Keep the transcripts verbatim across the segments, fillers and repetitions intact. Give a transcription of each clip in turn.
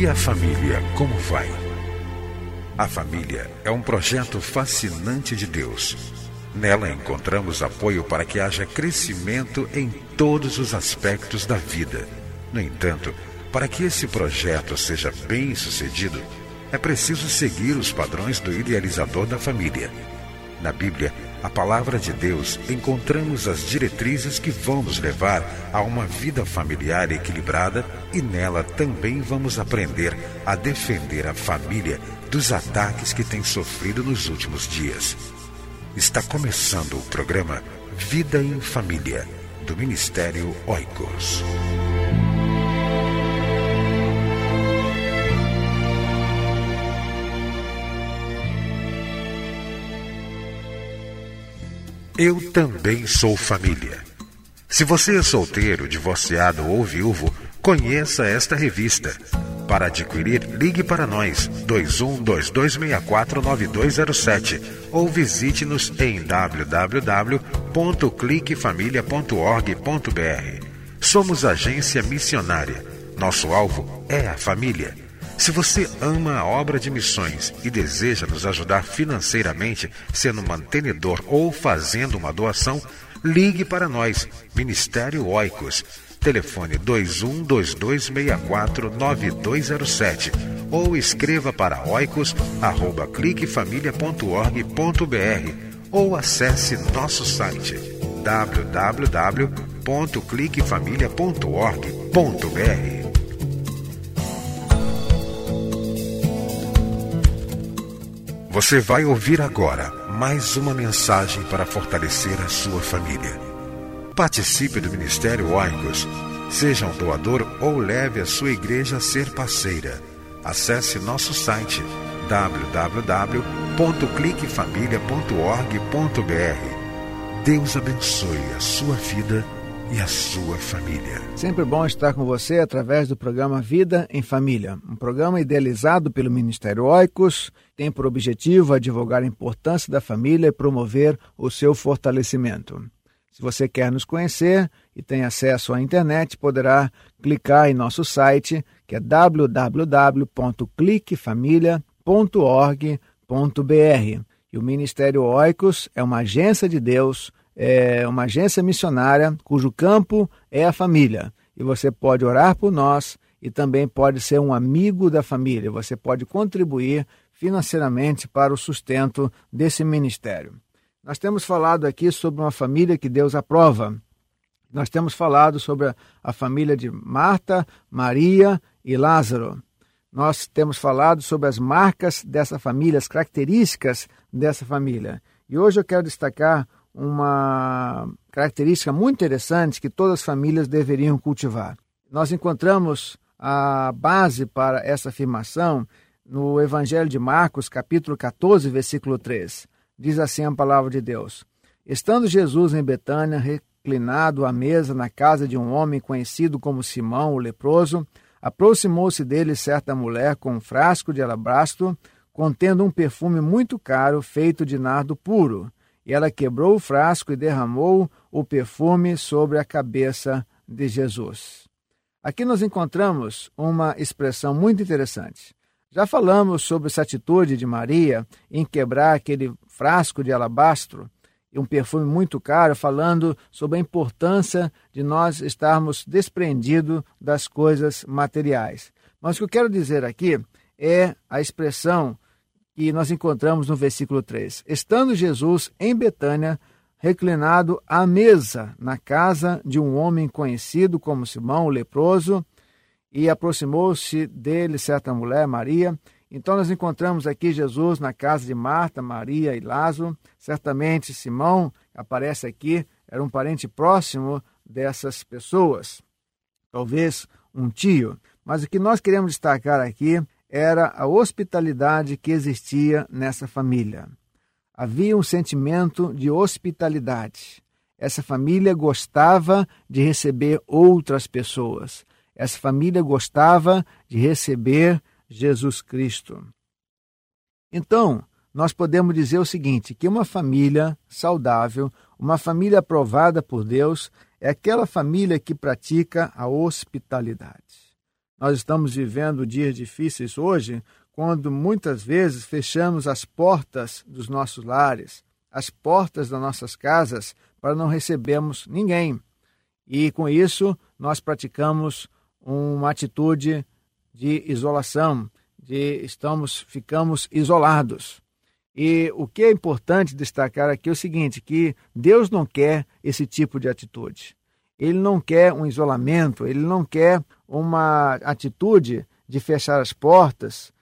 E a família, como vai? A família é um projeto fascinante de Deus. Nela encontramos apoio para que haja crescimento em todos os aspectos da vida. No entanto, para que esse projeto seja bem-sucedido, é preciso seguir os padrões do idealizador da família. Na Bíblia, a palavra de Deus, encontramos as diretrizes que vão nos levar a uma vida familiar equilibrada e nela também vamos aprender a defender a família dos ataques que tem sofrido nos últimos dias. Está começando o programa Vida em Família, do Ministério Oikos. Eu também sou família. Se você é solteiro, divorciado ou viúvo, conheça esta revista. Para adquirir, ligue para nós, dois um dois dois seis quatro nove dois zero sete, ou visite-nos em w w w ponto clique família ponto org ponto b r. Somos agência missionária. Nosso alvo é a família. Se você ama a obra de missões e deseja nos ajudar financeiramente, sendo mantenedor ou fazendo uma doação, ligue para nós, Ministério Oikos. Telefone dois um dois dois seis quatro nove dois zero sete ou escreva para oikos arroba clique família ponto org ponto b r ou acesse nosso site w w w ponto clique família ponto org ponto b r. Você vai ouvir agora mais uma mensagem para fortalecer a sua família. Participe do Ministério Oikos. Seja um doador ou leve a sua igreja a ser parceira. Acesse nosso site w w w ponto clique família ponto org ponto b r. Deus abençoe a sua vida e a sua família. Sempre bom estar com você através do programa Vida em Família, um programa idealizado pelo Ministério Oikos, tem por objetivo advogar a importância da família e promover o seu fortalecimento. Se você quer nos conhecer e tem acesso à internet, poderá clicar em nosso site, que é w w w ponto clique família ponto org ponto b r. E o Ministério Oikos é uma agência de Deus, é uma agência missionária cujo campo é a família. E você pode orar por nós e também pode ser um amigo da família. Você pode contribuir financeiramente para o sustento desse ministério. Nós temos falado aqui sobre uma família que Deus aprova. Nós temos falado sobre a, a família de Marta, Maria e Lázaro. Nós temos falado sobre as marcas dessa família, as características dessa família. E hoje eu quero destacar uma característica muito interessante que todas as famílias deveriam cultivar. Nós encontramos a base para essa afirmação no Evangelho de Marcos, capítulo catorze, versículo três. Diz assim a palavra de Deus: Estando Jesus em Betânia, reclinado à mesa na casa de um homem conhecido como Simão, o leproso, aproximou-se dele certa mulher com um frasco de alabastro, contendo um perfume muito caro, feito de nardo puro. E ela quebrou o frasco e derramou o perfume sobre a cabeça de Jesus. Aqui nós encontramos uma expressão muito interessante. Já falamos sobre essa atitude de Maria em quebrar aquele frasco de alabastro e um perfume muito caro, falando sobre a importância de nós estarmos desprendidos das coisas materiais. Mas o que eu quero dizer aqui é a expressão que nós encontramos no versículo três. Estando Jesus em Betânia, reclinado à mesa na casa de um homem conhecido como Simão, o leproso, e aproximou-se dele certa mulher, Maria. Então nós encontramos aqui Jesus na casa de Marta, Maria e Lázaro. Certamente Simão, aparece aqui, era um parente próximo dessas pessoas, talvez um tio. Mas o que nós queremos destacar aqui era a hospitalidade que existia nessa família. Havia um sentimento de hospitalidade. Essa família gostava de receber outras pessoas. Essa família gostava de receber Jesus Cristo. Então, nós podemos dizer o seguinte, que uma família saudável, uma família aprovada por Deus, é aquela família que pratica a hospitalidade. Nós estamos vivendo dias difíceis hoje, quando muitas vezes fechamos as portas dos nossos lares, as portas das nossas casas, para não recebermos ninguém. E com isso, nós praticamos uma atitude de isolação, de estamos, ficamos isolados. E o que é importante destacar aqui é o seguinte, que Deus não quer esse tipo de atitude. Ele não quer um isolamento, ele não quer uma atitude de fechar as portas,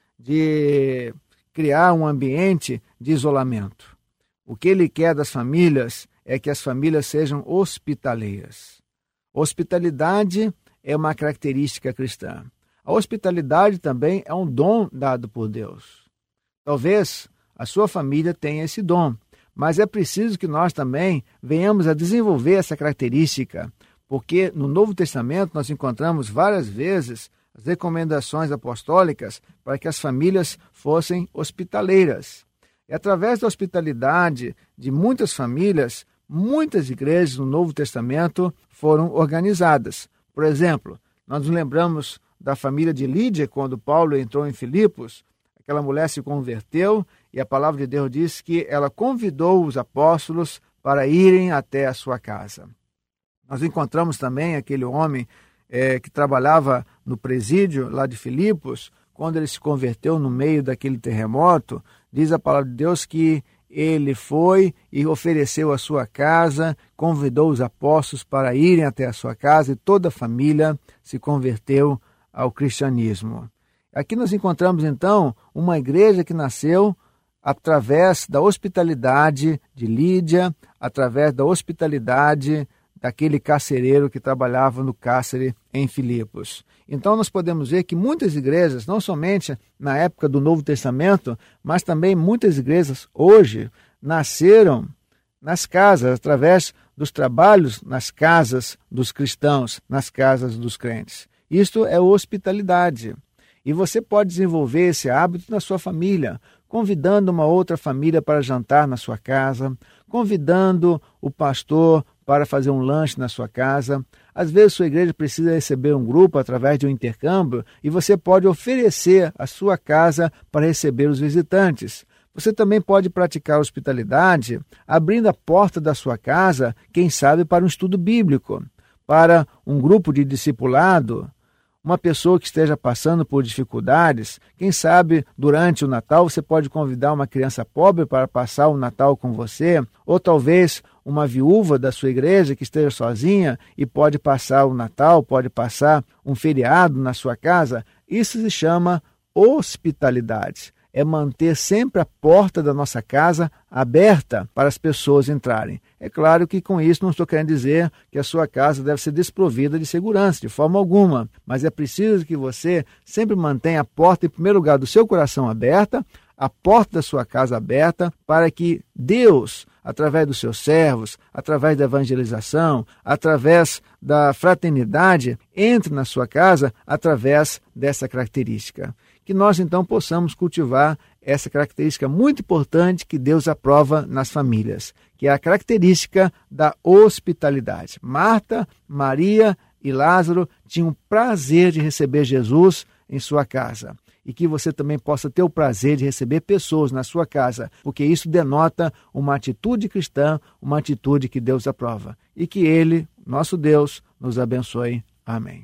de criar um ambiente de isolamento. O que ele quer das famílias é que as famílias sejam hospitaleiras. Hospitalidade é uma característica cristã. A hospitalidade também é um dom dado por Deus. Talvez a sua família tenha esse dom, mas é preciso que nós também venhamos a desenvolver essa característica, porque no Novo Testamento nós encontramos várias vezes as recomendações apostólicas para que as famílias fossem hospitaleiras. E através da hospitalidade de muitas famílias, muitas igrejas no Novo Testamento foram organizadas. Por exemplo, nós nos lembramos da família de Lídia, quando Paulo entrou em Filipos, aquela mulher se converteu e a palavra de Deus diz que ela convidou os apóstolos para irem até a sua casa. Nós encontramos também aquele homem é, que trabalhava no presídio lá de Filipos, quando ele se converteu no meio daquele terremoto, diz a palavra de Deus que ele foi e ofereceu a sua casa, convidou os apóstolos para irem até a sua casa e toda a família se converteu ao cristianismo. Aqui nós encontramos então uma igreja que nasceu através da hospitalidade de Lídia, através da hospitalidade daquele carcereiro que trabalhava no cárcere em Filipos. Então nós podemos ver que muitas igrejas, não somente na época do Novo Testamento, mas também muitas igrejas hoje nasceram nas casas, através dos trabalhos nas casas dos cristãos, nas casas dos crentes. Isto é hospitalidade. E você pode desenvolver esse hábito na sua família, convidando uma outra família para jantar na sua casa, convidando o pastor para fazer um lanche na sua casa. Às vezes sua igreja precisa receber um grupo através de um intercâmbio e você pode oferecer a sua casa para receber os visitantes. Você também pode praticar hospitalidade abrindo a porta da sua casa, quem sabe para um estudo bíblico, para um grupo de discipulado, uma pessoa que esteja passando por dificuldades. Quem sabe durante o Natal você pode convidar uma criança pobre para passar o Natal com você, ou talvez uma viúva da sua igreja que esteja sozinha e pode passar o Natal, pode passar um feriado na sua casa. Isso se chama hospitalidade. É manter sempre a porta da nossa casa aberta para as pessoas entrarem. É claro que com isso não estou querendo dizer que a sua casa deve ser desprovida de segurança, de forma alguma, mas é preciso que você sempre mantenha a porta, em primeiro lugar, do seu coração aberta, a porta da sua casa aberta, para que Deus, através dos seus servos, através da evangelização, através da fraternidade, entre na sua casa através dessa característica. Que nós então possamos cultivar essa característica muito importante que Deus aprova nas famílias, que é a característica da hospitalidade. Marta, Maria e Lázaro tinham prazer de receber Jesus em sua casa. E que você também possa ter o prazer de receber pessoas na sua casa, porque isso denota uma atitude cristã, uma atitude que Deus aprova. E que Ele, nosso Deus, nos abençoe. Amém.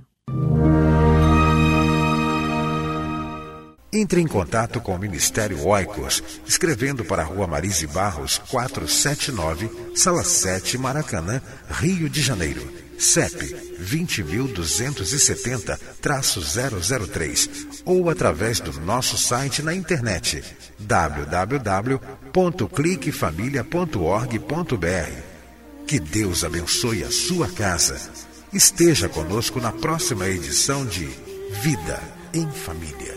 Entre em contato com o Ministério Oikos, escrevendo para a Rua Marise Barros, quatrocentos e setenta e nove, Sala sete, Maracanã, Rio de Janeiro. C E P vinte mil duzentos e setenta, zero zero três, ou através do nosso site na internet w w w ponto clique família ponto org ponto b r. Que Deus abençoe a sua casa. Esteja conosco na próxima edição de Vida em Família.